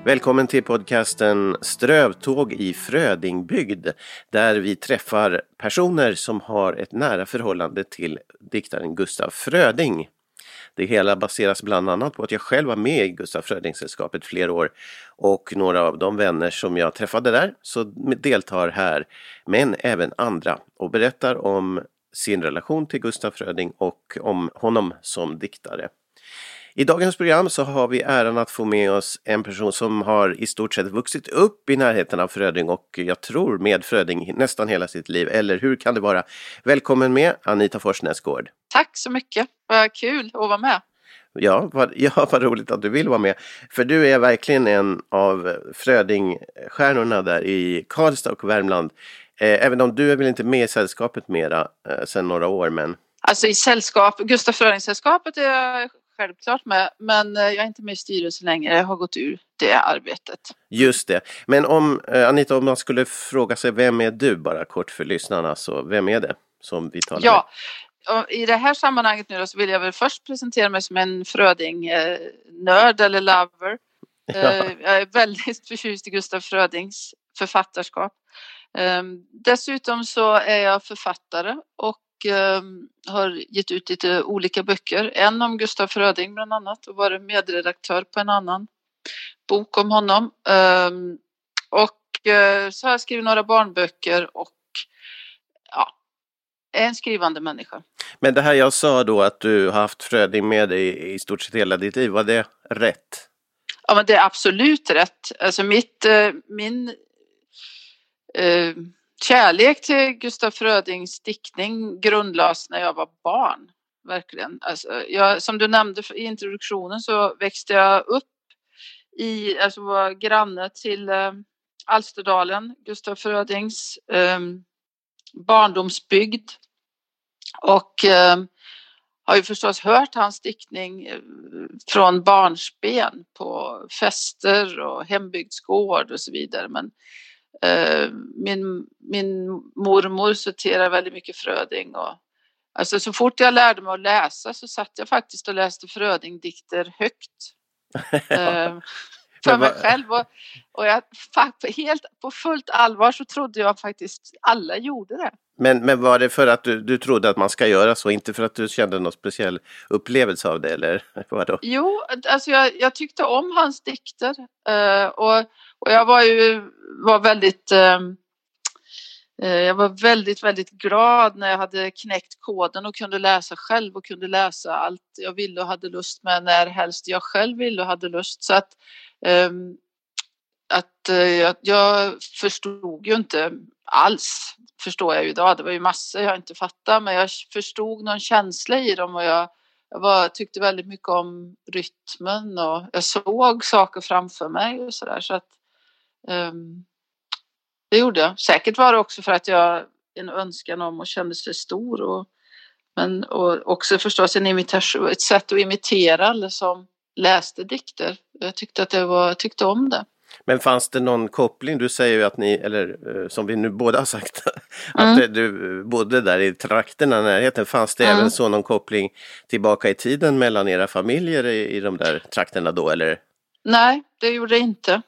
Välkommen till podcasten Strövtåg i Frödingbygd, där vi träffar personer som har ett nära förhållande till diktaren Gustaf Fröding. Det hela baseras bland annat på att jag själv var med i Gustaf Fröding-sällskapet flera år, och några av de vänner som jag träffade där så deltar här, men även andra, och berättar om sin relation till Gustaf Fröding och om honom som diktare. I dagens program så har vi äran att få med oss en person som har i stort sett vuxit upp i närheten av Fröding, och jag tror med Fröding nästan hela sitt liv. Eller hur kan det vara? Välkommen med, Anita Forsnäsgård. Tack så mycket, vad kul att vara med. Ja, vad roligt att du vill vara med. För du är verkligen en av Fröding-stjärnorna där i Karlstad och Värmland. Även om du är väl inte med i sällskapet mera sedan några år, men... Alltså i Gustaf Fröding-sällskapet är jag självklart med, men jag är inte med i styrelsen längre. Jag har gått ur det arbetet. Just det. Men Anita, om man skulle fråga sig, vem är du, bara kort för lyssnarna, så vem är det som vi talar med? Ja, i det här sammanhanget nu då, så vill jag väl först presentera mig som en Fröding-nörd eller lover. Ja. Jag är väldigt förtjust i Gustaf Frödings författarskap. Dessutom så är jag författare och har gett ut lite olika böcker. En om Gustaf Fröding bland annat, och varit medredaktör på en annan bok om honom. Och så har jag skrivit några barnböcker och är en skrivande människa. Men det här jag sa då, att du har haft Fröding med dig i stort sett hela ditt liv, var det rätt? Ja, men det är absolut rätt. Alltså min kärlek till Gustaf Frödings diktning grundlades när jag var barn. Verkligen. Alltså, som du nämnde i introduktionen så växte jag upp var granne till Alsterdalen, Gustaf Frödings barndomsbygd. Och har ju förstås hört hans diktning från barnsben på fester och hembygdsgård och så vidare. Men min mormor citerar väldigt mycket Fröding, och alltså så fort jag lärde mig att läsa så satt jag faktiskt och läste Fröding-dikter högt för mig själv, och jag helt på fullt allvar så trodde jag faktiskt alla gjorde det. Men var det för att du trodde att man ska göra så, inte för att du kände någon speciell upplevelse av det, eller vadå? Jo, alltså jag tyckte om hans dikter, och jag var väldigt, väldigt glad när jag hade knäckt koden och kunde läsa själv och kunde läsa allt jag ville och hade lust med när helst jag själv ville och hade lust. Så att jag förstod ju inte alls, förstår jag ju idag. Det var ju massor jag inte fattade, men jag förstod någon känsla i dem, och jag tyckte väldigt mycket om rytmen, och jag såg saker framför mig och sådär. Så att det gjorde jag. Säkert var det också för att jag en önskan om och kände sig stor, och också förstås ett sätt att imitera alla som läste dikter. Jag tyckte om det. Men fanns det någon koppling? Du säger ju att ni, eller som vi nu båda har sagt, att du bodde där i trakterna, närheten. Fanns det även så någon koppling tillbaka i tiden mellan era familjer i de där trakterna då, eller? Nej, det gjorde det inte.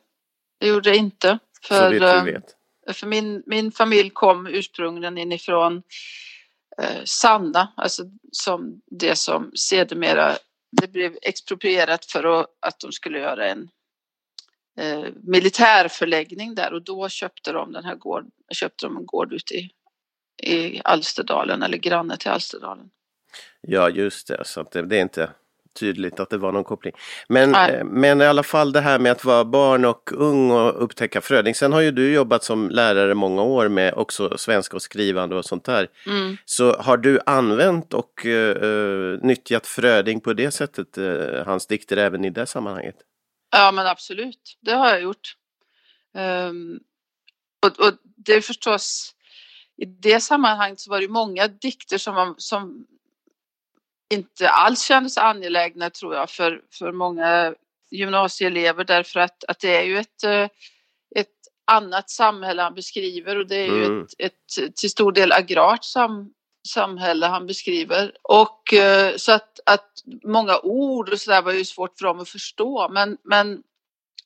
Så du vet. För min familj kom ursprungligen inifrån Sanna, alltså som det som sedermera det blev exproprierat för att de skulle göra en militärförläggning där, och då köpte de en gård ute i Alsterdalen, eller granne till Alsterdalen. Ja, just det, så att det är inte tydligt att det var någon koppling. Men i alla fall det här med att vara barn och ung och upptäcka Fröding. Sen har ju du jobbat som lärare många år med också svenska och skrivande och sånt där. Så har du använt och nyttjat Fröding på det sättet, hans dikter, även i det sammanhanget? Ja, men absolut. Det har jag gjort. Och det är förstås, i det sammanhanget så var det många dikter som inte alls kändes angelägna, tror jag, för många gymnasieelever, därför att det är ju ett annat samhälle han beskriver, och det är ju ett till stor del agrart samhälle han beskriver, och så att många ord och sådär var ju svårt för dem att förstå, men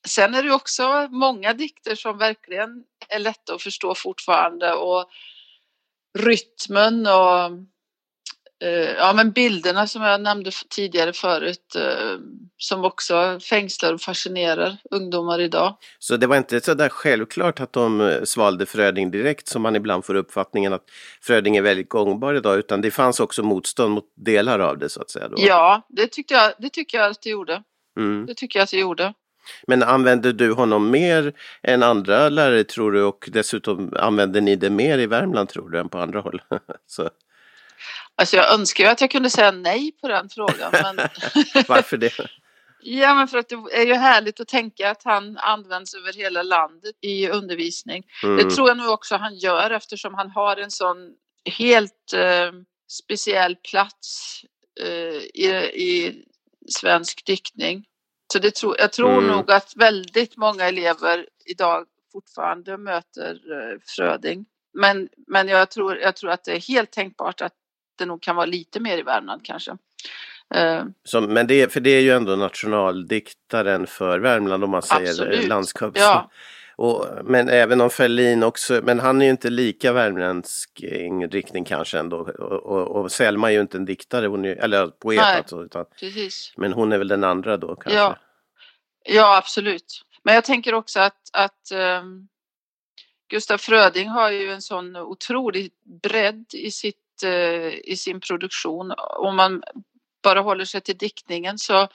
Sen är det också många dikter som verkligen är lätta att förstå fortfarande, och rytmen och men bilderna som jag nämnde tidigare förut, som också fängslar och fascinerar ungdomar idag. Så det var inte så där självklart att de svalde Fröding direkt, som man ibland får uppfattningen att Fröding är väldigt gångbar idag, utan det fanns också motstånd mot delar av det, så att säga då. Ja, det tycker jag att det gjorde. Det tycker jag att det gjorde. Men använder du honom mer än andra lärare, tror du, och dessutom använder ni det mer i Värmland, tror du, än på andra håll? Så. Alltså jag önskar ju att jag kunde säga nej på den frågan. Men varför det? Ja, men för att det är ju härligt att tänka att han används över hela landet i undervisning. Det tror jag nog också han gör, eftersom han har en sån helt speciell plats i svensk diktning. Så jag tror nog att väldigt många elever idag fortfarande möter Fröding. Men jag tror att det är helt tänkbart att det nog kan vara lite mer i Värmland kanske. Men det är ju ändå nationaldiktaren för Värmland, om man säger landskaps. Ja. Men även om Ferlin också, men han är ju inte lika värmländsk inriktning kanske ändå, och Selma är ju inte en diktare, hon är, eller poet. Nej, alltså, precis. Men hon är väl den andra då kanske. Ja, absolut. Men jag tänker också att Gustaf Fröding har ju en sån otrolig bredd i sin produktion. Om man bara håller sig till diktningen så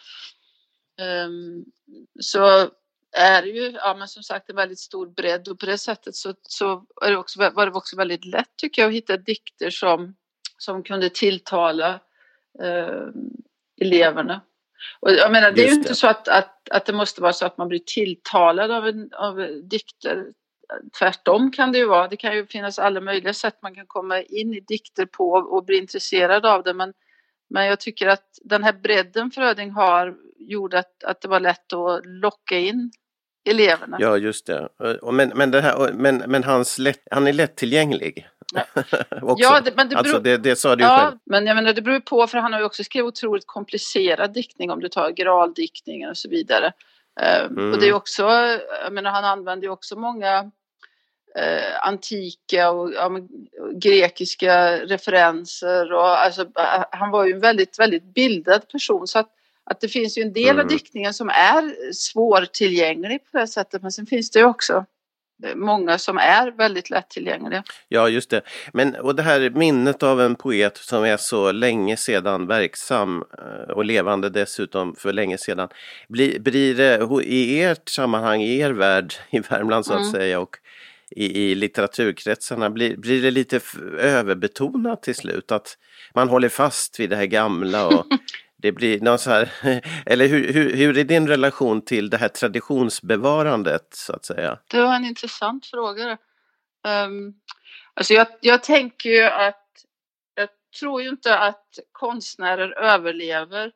är det ju, men som sagt, en väldigt stor bredd, och på det sättet så var det också väldigt lätt, tycker jag, att hitta dikter som kunde tilltala eleverna. Och jag menar, det är ju inte så att det måste vara så att man blir tilltalad av dikter. Tvärtom kan det ju vara. Det kan ju finnas alla möjliga sätt man kan komma in i dikter på och bli intresserad av det. Men jag tycker att den här bredden Fröding har gjorde att det var lätt att locka in eleverna. Ja, just det. Men han är lättillgänglig. Ja. Ja, men det sa du ju själv. Men jag menar, det beror på, för han har ju också skrivit otroligt komplicerad diktning, om du tar graldiktningen och så vidare. Och det är också, jag menar, han använder ju också många antika och grekiska referenser, och alltså, han var ju en väldigt, väldigt bildad person, så att det finns ju en del av diktningen som är svårtillgänglig på det sättet, men sen finns det ju också många som är väldigt lättillgängliga. Ja, just det. Och det här minnet av en poet som är så länge sedan verksam och levande dessutom för länge sedan, blir det i ert sammanhang, i er värld i Värmland så att säga, och i litteraturkretsarna, blir det lite överbetonat till slut, att man håller fast vid det här gamla, och det blir någon så här, eller hur är din relation till det här traditionsbevarandet, så att säga? Det var en intressant fråga. Alltså jag tänker ju att jag tror ju inte att konstnärer överlever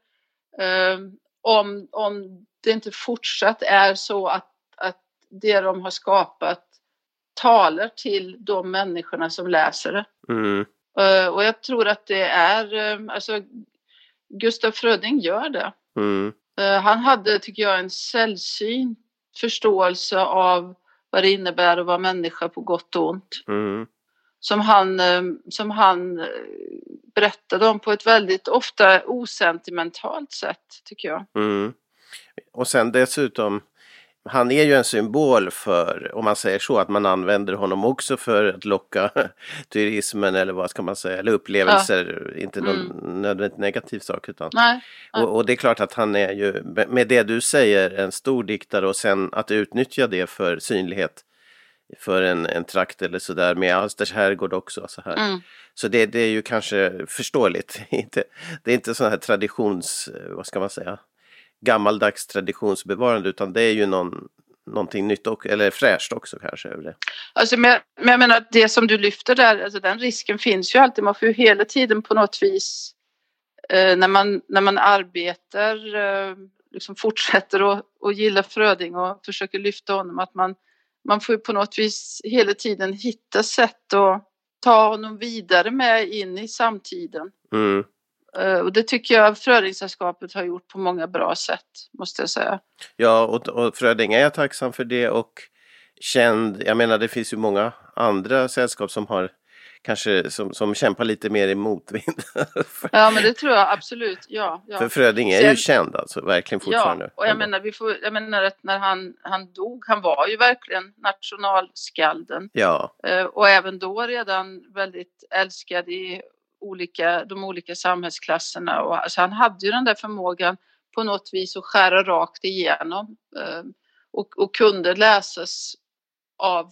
om det inte fortsatt är så att det de har skapat talar till de människorna som läser det. Och jag tror att det är, alltså Gustaf Fröding gör det. Han hade, tycker jag, en sällsynt förståelse av vad det innebär att vara människa på gott och ont. Som han berättade om på ett väldigt ofta osentimentalt sätt, tycker jag. Och sen dessutom, han är ju en symbol för, om man säger så, att man använder honom också för att locka turismen, eller vad ska man säga, eller upplevelser, inte någon nödvändigt negativ sak, utan Nej. Och det är klart att han är ju, med det du säger, en stor diktare, och sen att utnyttja det för synlighet för en trakt eller sådär, med Alsters herrgård också så här. Så det är ju kanske förståeligt. Det är inte sån här vad ska man säga, gammaldags traditionsbevarande, utan det är ju någonting nytt eller fräscht också kanske över det. Alltså, men jag menar att det som du lyfter där, alltså den risken finns ju alltid. Man får ju hela tiden på något vis när man arbetar liksom fortsätter att gilla Fröding och försöker lyfta honom, att man får ju på något vis hela tiden hitta sätt att ta honom vidare med in i samtiden. Och det tycker jag Frödingsällskapet har gjort på många bra sätt, måste jag säga. Ja, och Fröding är jag tacksam för det, och känd, jag menar det finns ju många andra sällskap som har kanske som kämpar lite mer i motvind. Ja, men det tror jag absolut, ja. För Fröding är ju känd alltså, verkligen fortfarande. Ja, och jag menar att när han dog, han var ju verkligen nationalskalden. Ja. Och även då redan väldigt älskad i de olika samhällsklasserna. Och alltså, han hade ju den där förmågan på något vis att skära rakt igenom. Och kunde läsas av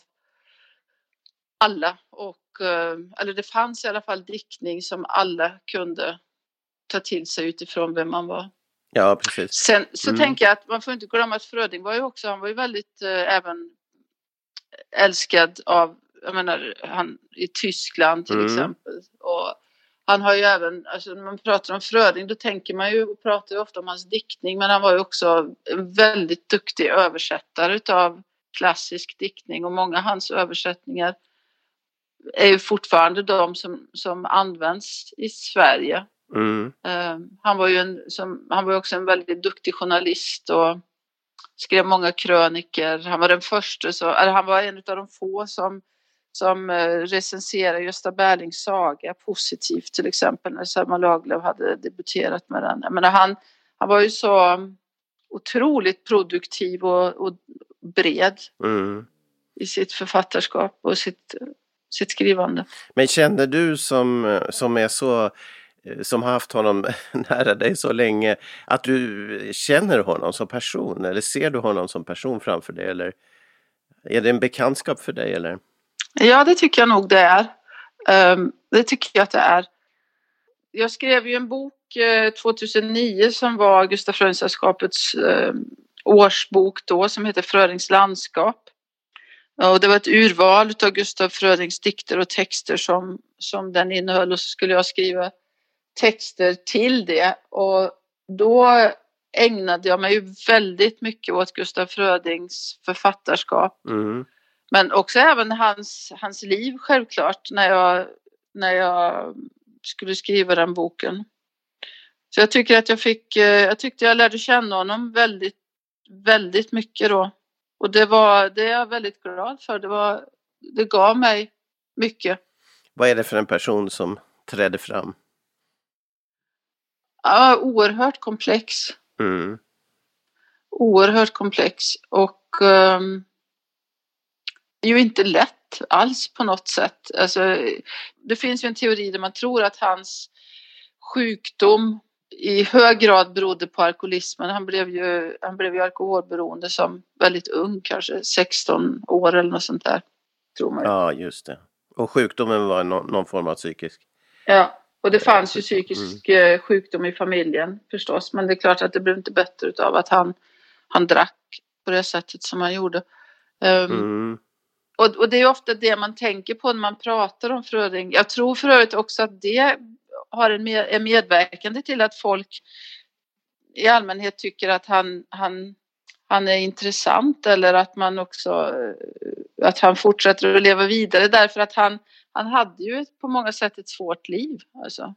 alla. Eller det fanns i alla fall diktning som alla kunde ta till sig utifrån vem man var. Ja, precis. Sen så tänker jag att man får inte glömma att Fröding han var ju väldigt även älskad av, jag menar, han i Tyskland till exempel. Och han har ju även, alltså när man pratar om Fröding då pratar ju ofta om hans diktning, men han var ju också en väldigt duktig översättare utav klassisk diktning, och många av hans översättningar är ju fortfarande de som används i Sverige. Han var ju också en väldigt duktig journalist och skrev många kröniker. Han var han var en av de få som recenserade Gösta Berlings saga positivt, till exempel när Selma Lagerlöf hade debuterat med den. Jag menar, han var ju så otroligt produktiv och bred i sitt författarskap och sitt skrivande. Men känner du som är så, som har haft honom nära dig så länge, att du känner honom som person, eller ser du honom som person framför dig, eller är det en bekantskap för dig, eller? Ja, det tycker jag nog det är. Det tycker jag att det är. Jag skrev ju en bok 2009 som var Gustaf Frödingsällskapets årsbok då, som heter Frödings landskap. Och det var ett urval av Gustaf Frödings dikter och texter som den innehöll, och så skulle jag skriva texter till det. Och då ägnade jag mig ju väldigt mycket åt Gustaf Frödings författarskap. Men också även hans liv, självklart, när jag skulle skriva den boken. Så jag tycker att jag tyckte jag lärde känna honom väldigt, väldigt mycket då. Och det är jag väldigt glad för. Det gav mig mycket. Vad är det för en person som trädde fram? Ja, oerhört komplex. Oerhört komplex. Och ju inte lätt alls på något sätt. Alltså, det finns ju en teori där man tror att hans sjukdom i hög grad berodde på alkoholismen. Han blev ju alkoholberoende som väldigt ung, kanske 16 år eller något sånt där, tror man. Ja, just det. Och sjukdomen var någon form av psykisk. Ja, och det fanns ju psykisk sjukdom i familjen förstås. Men det är klart att det blev inte bättre utav att han drack på det sättet som han gjorde. Och det är ofta det man tänker på när man pratar om Fröding. Jag tror för övrigt också att det är medverkande till att folk i allmänhet tycker att han är intressant, eller att man också att han fortsätter att leva vidare, därför att han hade ju på många sätt ett svårt liv, alltså.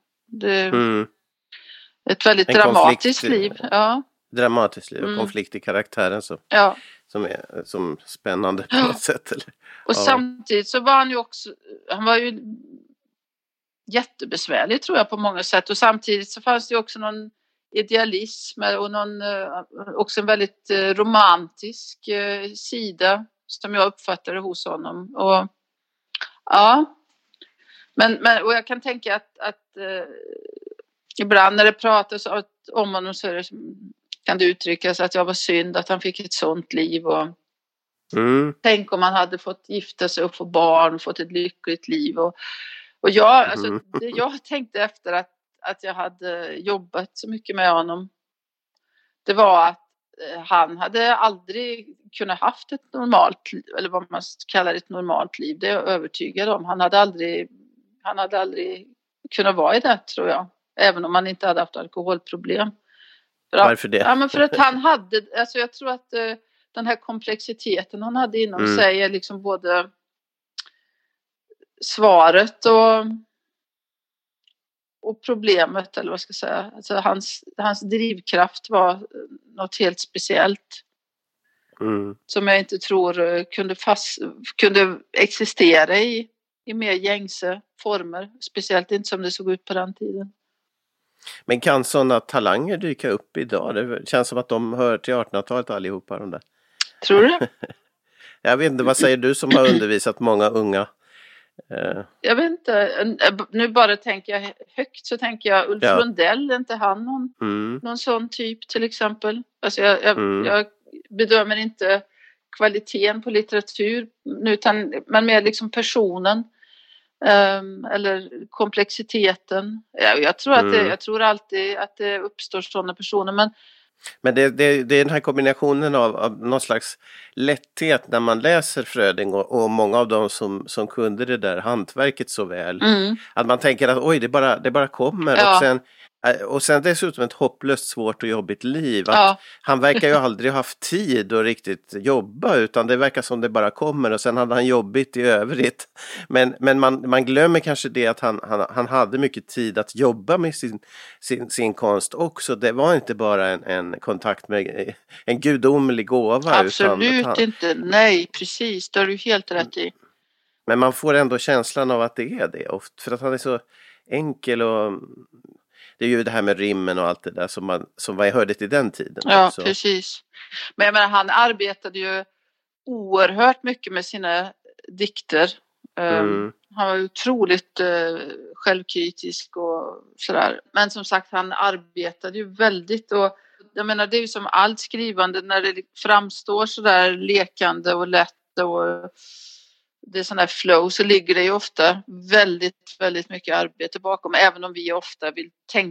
Ett väldigt dramatiskt liv. Ja. Dramatiskt liv och konflikt i karaktären som är som spännande på något sätt. Eller? Och samtidigt så var han var ju jättebesvärlig, tror jag, på många sätt. Och samtidigt så fanns det också någon idealism och också en väldigt romantisk sida som jag uppfattade hos honom. Och ja, men och jag kan tänka att ibland när det pratas om honom så kan det uttryckas att jag var synd att han fick ett sånt liv, och tänk om han hade fått gifta sig och få barn och fått ett lyckligt liv. Och jag, alltså, det jag tänkte efter att jag hade jobbat så mycket med honom, det var att han hade aldrig kunnat haft ett normalt, eller vad man kallar ett normalt liv. Det är jag övertygad om. Han hade aldrig kunnat vara i det, tror jag. Även om han inte hade haft alkoholproblem. Varför det? Ja, men för att han hade, alltså jag tror att den här komplexiteten han hade inom sig är liksom både svaret och och problemet, eller vad ska jag säga. Alltså hans drivkraft var något helt speciellt. Som jag inte tror kunde existera i mer gängse former. Speciellt inte som det såg ut på den tiden. Men kan sådana talanger dyka upp idag? Det känns som att de hör till 1800-talet allihopa, de där. Tror du? Jag vet inte, vad säger du som har undervisat många unga? Jag vet inte, nu bara tänker jag högt, så tänker jag Ulf Lundell, är inte han någon sån typ till exempel? Alltså jag bedömer inte kvaliteten på litteratur, men mer liksom personen eller komplexiteten. Jag tror alltid att det uppstår sådana personer, men det är den här kombinationen av någon slags lätthet när man läser Fröding och många av dem som kunde det där hantverket så väl. Att man tänker att oj, det bara kommer. Ja. Och sen dessutom ett hopplöst svårt och jobbigt liv. Att han verkar ju aldrig ha haft tid att riktigt jobba, utan det verkar som det bara kommer, och sen hade han jobbigt i övrigt. Men man glömmer kanske det att han hade mycket tid att jobba med sin konst också. Det var inte bara en kontakt med en gudomlig gåva. Absolut inte, nej precis, det har du helt rätt i. Men man får ändå känslan av att det är det, för att han är så enkel och... Det är ju det här med rimmen och allt det där som jag hörde till den tiden. Ja, också. Precis. Men jag menar, han arbetade ju oerhört mycket med sina dikter. Han var otroligt självkritisk och sådär. Men som sagt, han arbetade ju väldigt, och jag menar, det är ju som allt skrivande, när det framstår sådär lekande och lätt och det är sån här flow, så ligger det ju ofta väldigt, väldigt mycket arbete bakom, även om vi ofta vill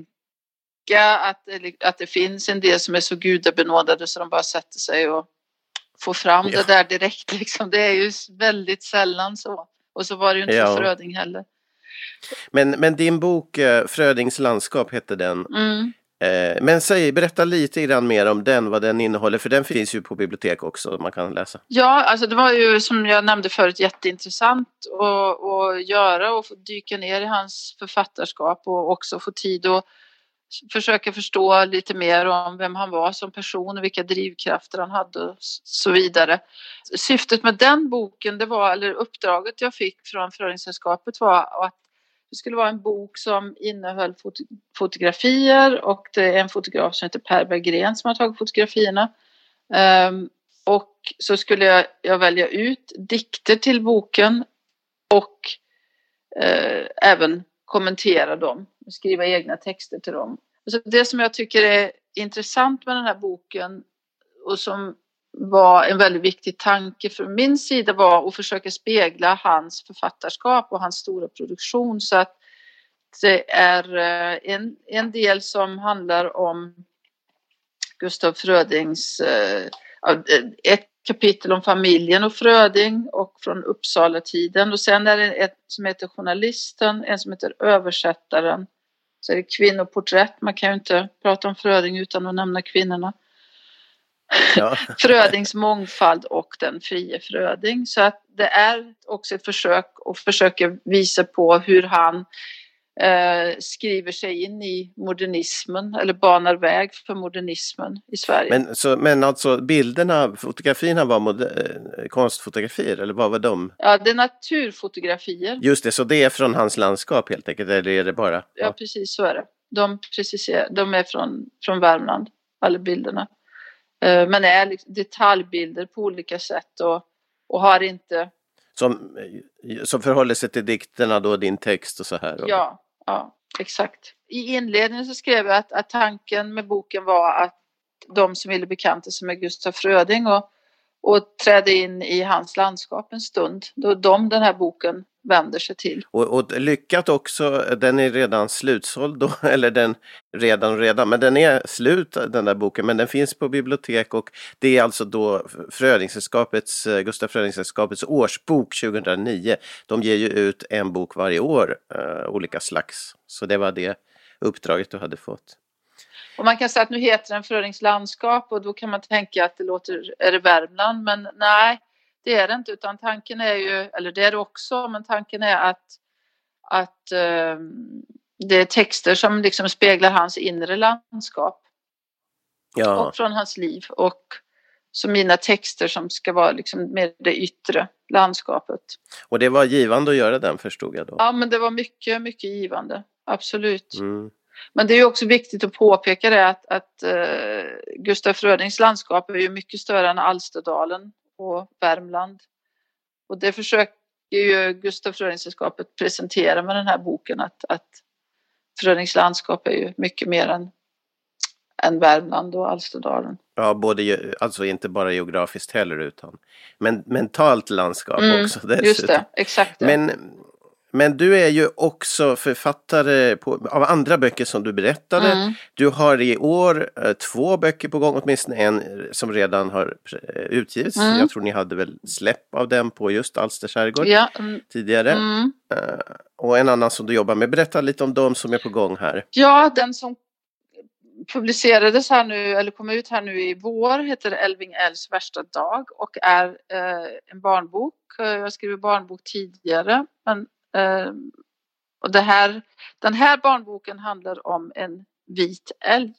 tänka att det finns en del som är så gudabenådade så de bara sätter sig och får fram det där direkt liksom. Det är ju väldigt sällan så. Och så var det ju inte för Fröding heller. Men din bok Frödings landskap hette den. Men berätta lite grann mer om den, vad den innehåller, för den finns ju på bibliotek också, man kan läsa. Ja, alltså det var ju, som jag nämnde förut, jätteintressant att göra och få dyka ner i hans författarskap och också få tid att försöka förstå lite mer om vem han var som person och vilka drivkrafter han hade och så vidare. Syftet med den boken, eller uppdraget jag fick från Frödingsällskapet, var att det skulle vara en bok som innehöll fotografier, och det är en fotograf som heter Per Berggren som har tagit fotografierna. Och så skulle jag välja ut dikter till boken och även kommentera dem, skriva egna texter till dem. Så det som jag tycker är intressant med den här boken, och som var en väldigt viktig tanke från min sida, var att försöka spegla hans författarskap och hans stora produktion. Så att det är en del som handlar om Gustaf Frödings, ett kapitel om familjen och Fröding och från Uppsala-tiden. Och sen är det ett som heter Journalisten, en som heter Översättaren. Så är det kvinnoporträtt, man kan ju inte prata om Fröding utan att nämna kvinnorna. Ja. Frödings mångfald och den frie Fröding. Så att det är också ett försök att försöka visa på hur han skriver sig in i modernismen, eller banar väg för modernismen i Sverige. Men alltså fotografierna var konstfotografier, eller vad var de? Ja, det är naturfotografier. Just det, så det är från hans landskap helt enkelt, eller är det bara? Ja, precis så är det. De är från Värmland, alla bilderna. Men är liksom detaljbilder på olika sätt och har inte... Som förhåller sig till dikterna då, din text och så här? Ja, exakt. I inledningen så skrev jag att tanken med boken var att de som ville bekanta sig med Gustaf Fröding och träda in i hans landskap en stund, då den här boken vänder sig till. Och lyckat också, den är redan slutsåld då, eller den redan, men den är slut, den där boken, men den finns på bibliotek, och det är alltså då Gustaf Frödingsällskapets årsbok 2009. De ger ju ut en bok varje år, olika slags, så det var det uppdraget du hade fått. Och man kan säga att nu heter den Frödings landskap, och då kan man tänka att är det Värmland, men nej, det är det inte, utan tanken är ju, eller det är det också, men tanken är att det är texter som liksom speglar hans inre landskap. Ja. Och från hans liv. Och så mina texter som ska vara liksom med det yttre landskapet. Och det var givande att göra den, förstod jag då. Ja, men det var mycket, mycket givande. Absolut. Mm. Men det är ju också viktigt att påpeka det att Gustaf Frödings landskap är ju mycket större än Alsterdalen och Värmland. Och det försöker ju Gustaf Frödingssällskapet presentera med den här boken, att Frödings landskap är ju mycket mer än Värmland och Alsterdalen. Ja, alltså inte bara geografiskt heller, utan mentalt landskap också. Dessutom. Just det, exakt det. Men du är ju också författare av andra böcker som du berättade. Du har i år 2 böcker på gång, åtminstone en som redan har utgivits. Jag tror ni hade väl släpp av den på just Alster skärgård tidigare. Och en annan som du jobbar med. Berätta lite om dem som är på gång här. Ja, den som publicerades här nu, eller kom ut här nu i vår, heter Elving Älls värsta dag och är en barnbok. Jag skrev barnbok tidigare, men och den här barnboken handlar om en vit älg.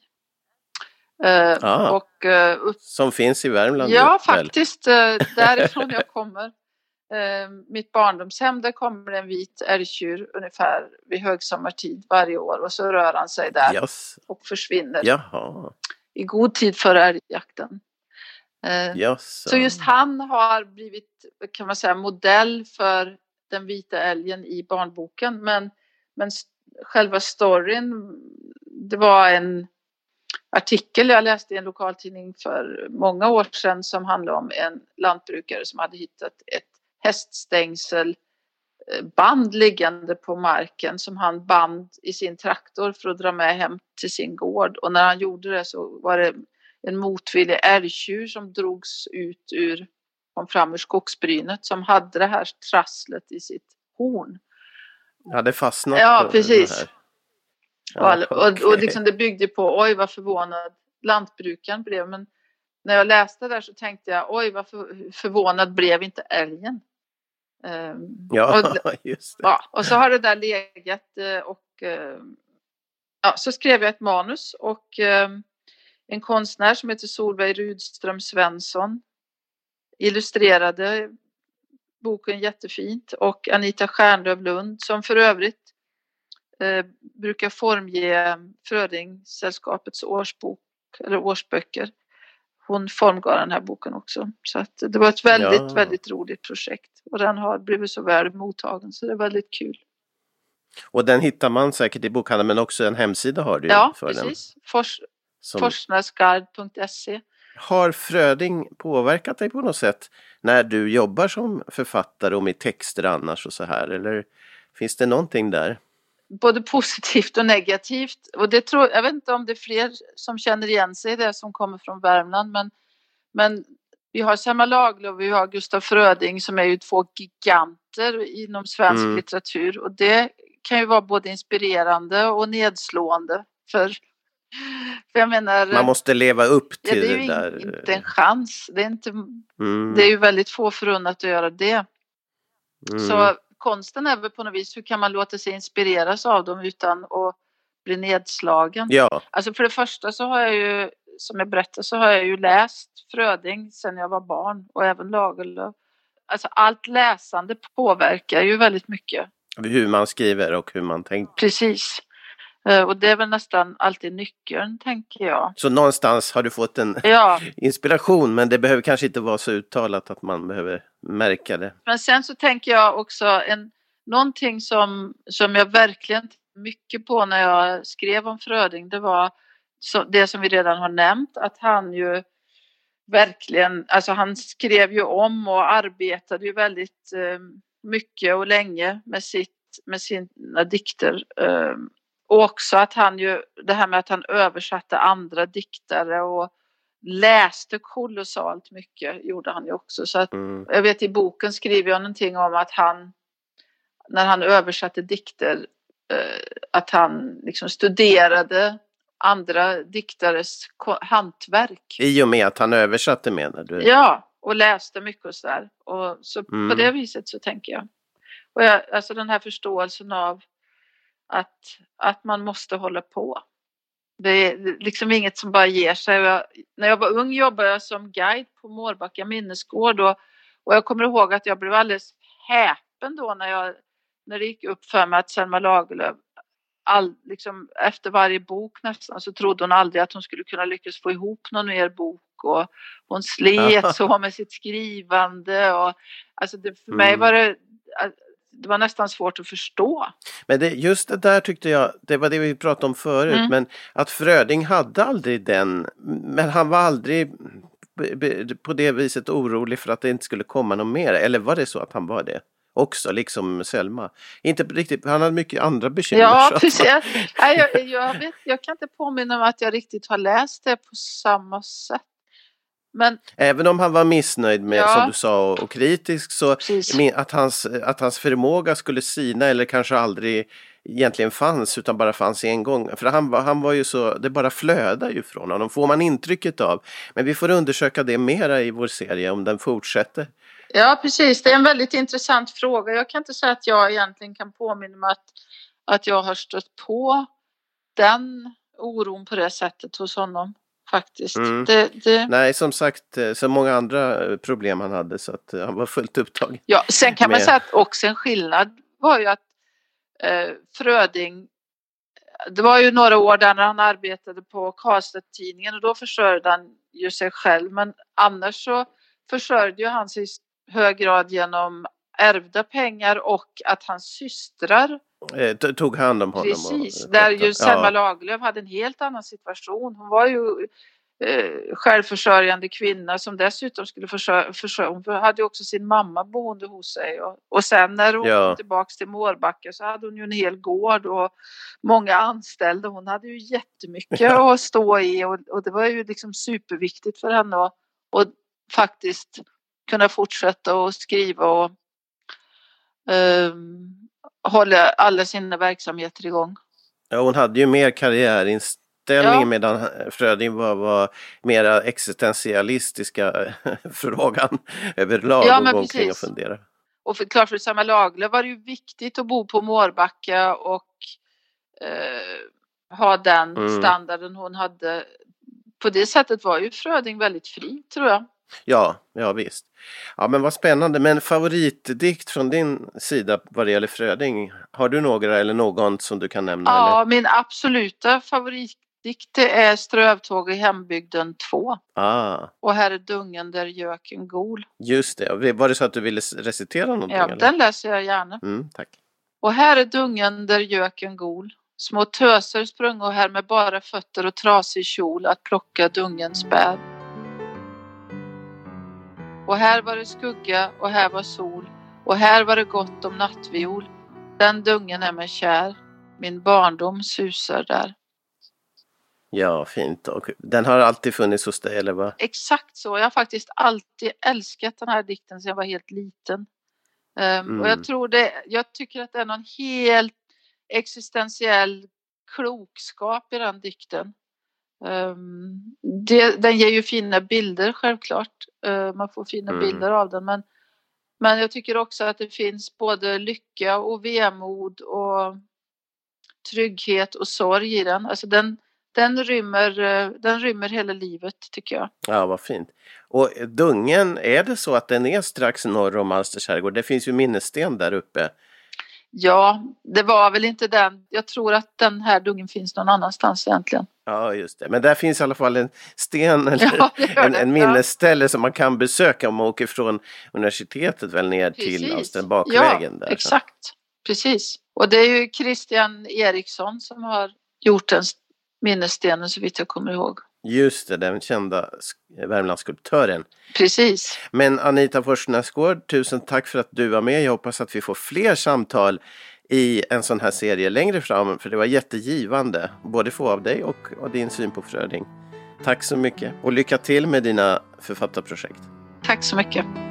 Som finns i Värmland. Ja, faktiskt. Därifrån jag kommer. Mitt barndomshem, där kommer en vit älgtjur ungefär vid högsommartid varje år. Och så rör han sig där och försvinner. I god tid före älgjakten. Så just han har blivit, kan man säga, modell för den vita älgen i barnboken. Men själva storyn, det var en artikel jag läste i en lokaltidning för många år sedan som handlade om en lantbrukare som hade hittat ett häststängselband liggande på marken som han band i sin traktor för att dra med hem till sin gård. Och när han gjorde det så var det en motvillig älgtjur som drogs kom fram ur skogsbrynet, som hade det här trasslet i sitt horn. Ja, det fastnat. Ja, precis. Det här. Ja, och liksom det byggde på, oj vad förvånad lantbrukaren blev. Men när jag läste där så tänkte jag, oj vad förvånad blev inte älgen. Just det. Ja, och så har det där legat så skrev jag ett manus och en konstnär som heter Solveig Rudström Svensson illustrerade boken jättefint, och Anita Stjärnlöv Lund som för övrigt brukar formge Frödingsällskapets årsbok eller årsböcker. Hon formgav den här boken också. Så att det var ett väldigt roligt projekt. Och den har blivit så väl mottagen, så det är väldigt kul. Och den hittar man säkert i bokhandeln, men också en hemsida har du för den. Ja, precis. Forsnarsgard.se. Har Fröding påverkat dig på något sätt när du jobbar som författare och med texter annars och så här? Eller finns det någonting där? Både positivt och negativt. Och jag vet inte om det är fler som känner igen sig i det som kommer från Värmland. Men vi har Selma Lagerlöf och vi har Gustaf Fröding som är ju 2 giganter inom svensk litteratur. Och det kan ju vara både inspirerande och nedslående. För jag menar, man måste leva upp till det där. Det är ju inte en chans. Det är ju väldigt få förunnat att göra det. Så konsten är väl på något vis, hur kan man låta sig inspireras av dem utan att bli nedslagen? Ja. Alltså för det första så har jag ju, som jag berättade, så har jag ju läst Fröding sedan jag var barn och även Lagerlöf. Alltså allt läsande påverkar ju väldigt mycket. Hur man skriver och hur man tänker. Precis. Och det är väl nästan alltid nyckeln, tänker jag. Så någonstans har du fått en inspiration, men det behöver kanske inte vara så uttalat att man behöver märka det. Men sen så tänker jag också någonting som jag verkligen mycket på när jag skrev om Fröding, det var det som vi redan har nämnt, att han ju verkligen, alltså han skrev ju om och arbetade ju väldigt mycket och länge med sina dikter. Och också att det här med att han översatte andra diktare och läste kolossalt mycket gjorde han ju också. Så att jag vet, i boken skriver jag någonting om att när han översatte dikter, att han liksom studerade andra diktares hantverk. I och med att han översatte, menar du? Ja, och läste mycket och sådär. Och så på det viset så tänker jag. Och alltså den här förståelsen av att man måste hålla på. Det är liksom inget som bara ger sig. När jag var ung jobbade jag som guide på Mårbacka minnesgård och jag kommer ihåg att jag blev alldeles häpen då när det gick upp för mig att Selma Lagerlöf liksom, efter varje bok nästan så trodde hon aldrig att hon skulle kunna lyckas få ihop någon mer bok och hon slet så med sitt skrivande och alltså för mig var det var nästan svårt att förstå. Men just det där tyckte jag, det var det vi pratade om förut, men att Fröding hade aldrig men han var aldrig på det viset orolig för att det inte skulle komma någon mer, eller var det så att han var det? Också, liksom Selma. Inte riktigt, han hade mycket andra bekymmer. Ja, precis. Jag kan inte påminna mig att jag riktigt har läst det på samma sätt. Men, även om han var missnöjd med, som du sa, och kritisk, så att hans förmåga skulle sina eller kanske aldrig egentligen fanns utan bara fanns en gång. För han var ju så, det bara flödar ju från honom, får man intrycket av. Men vi får undersöka det mera i vår serie om den fortsätter. Ja, precis. Det är en väldigt intressant fråga. Jag kan inte säga att jag egentligen kan påminna mig att jag har stött på den oron på det sättet hos honom. Faktiskt. Nej, som sagt, så många andra problem han hade så att han var fullt upptagen. Ja, sen kan man säga att också en skillnad var ju att Fröding, det var ju några år där när han arbetade på Karlstad-tidningen och då försörjde han ju sig själv, men annars så försörjde ju han sig i hög grad genom ärvda pengar och att hans systrar tog hand om honom. Precis, där ju Selma Lagerlöf hade en helt annan situation. Hon var ju självförsörjande kvinna som dessutom skulle försörja. Hon hade ju också sin mamma boende hos sig. Och sen när hon kom tillbaka till Mårbacka så hade hon ju en hel gård och många anställda. Hon hade ju jättemycket att stå i och det var ju liksom superviktigt för henne att faktiskt kunna fortsätta och skriva och hålla alla sina verksamheter igång. Ja, hon hade ju mer karriärinställning medan Fröding var mera existentialistiska frågan överlag och gå omkring och fundera. Och klart för Selma Lagerlöf var det ju viktigt att bo på Mårbacka och ha den standarden hon hade. På det sättet var ju Fröding väldigt fri, tror jag. Ja, visst. Ja, men vad spännande. Men favoritdikt från din sida vad det gäller Fröding, har du några eller någon som du kan nämna? Ja, eller? Min absoluta favoritdikt är Strövtåg i hembygden 2. Och här är dungen där göken gol. Just det. Var det så att du ville recitera någonting? Ja, eller? Den läser jag gärna. Tack. Och här är dungen där göken gol. Små töser sprung och här med bara fötter och trasig kjol att plocka dungens bär. Och här var det skugga och här var sol. Och här var det gott om nattviol. Den dungen är mig kär. Min barndom susar där. Ja, fint. Och den har alltid funnits hos dig, eller vad? Exakt så. Jag har faktiskt alltid älskat den här dikten sedan jag var helt liten. Och jag tycker att det är någon helt existentiell klokskap i den dikten. Den ger ju fina bilder självklart. Man får fina bilder av den, men jag tycker också att det finns både lycka och vemod och trygghet och sorg i den. Alltså den rymmer hela livet, tycker jag. Ja, vad fint. Och dungen, är det så att den är strax norr om Alsters herrgård? Det finns ju minnessten där uppe. Ja, det var väl inte den. Jag tror att den här dungen finns någon annanstans egentligen. Ja, just det. Men där finns i alla fall en sten eller en minnesställe som man kan besöka om man åker från universitetet väl ner till Alsten bakvägen. Ja, exakt. Precis. Och det är ju Christian Eriksson som har gjort den minnesstenen så vitt jag kommer ihåg. Just det, den kända Värmlandsskulptören. Precis. Men Anita Forsnäsgård, tusen tack för att du var med. Jag hoppas att vi får fler samtal i en sån här serie längre fram, för det var jättegivande både få av dig och din syn på Fröding. Tack så mycket och lycka till med dina författarprojekt. Tack så mycket.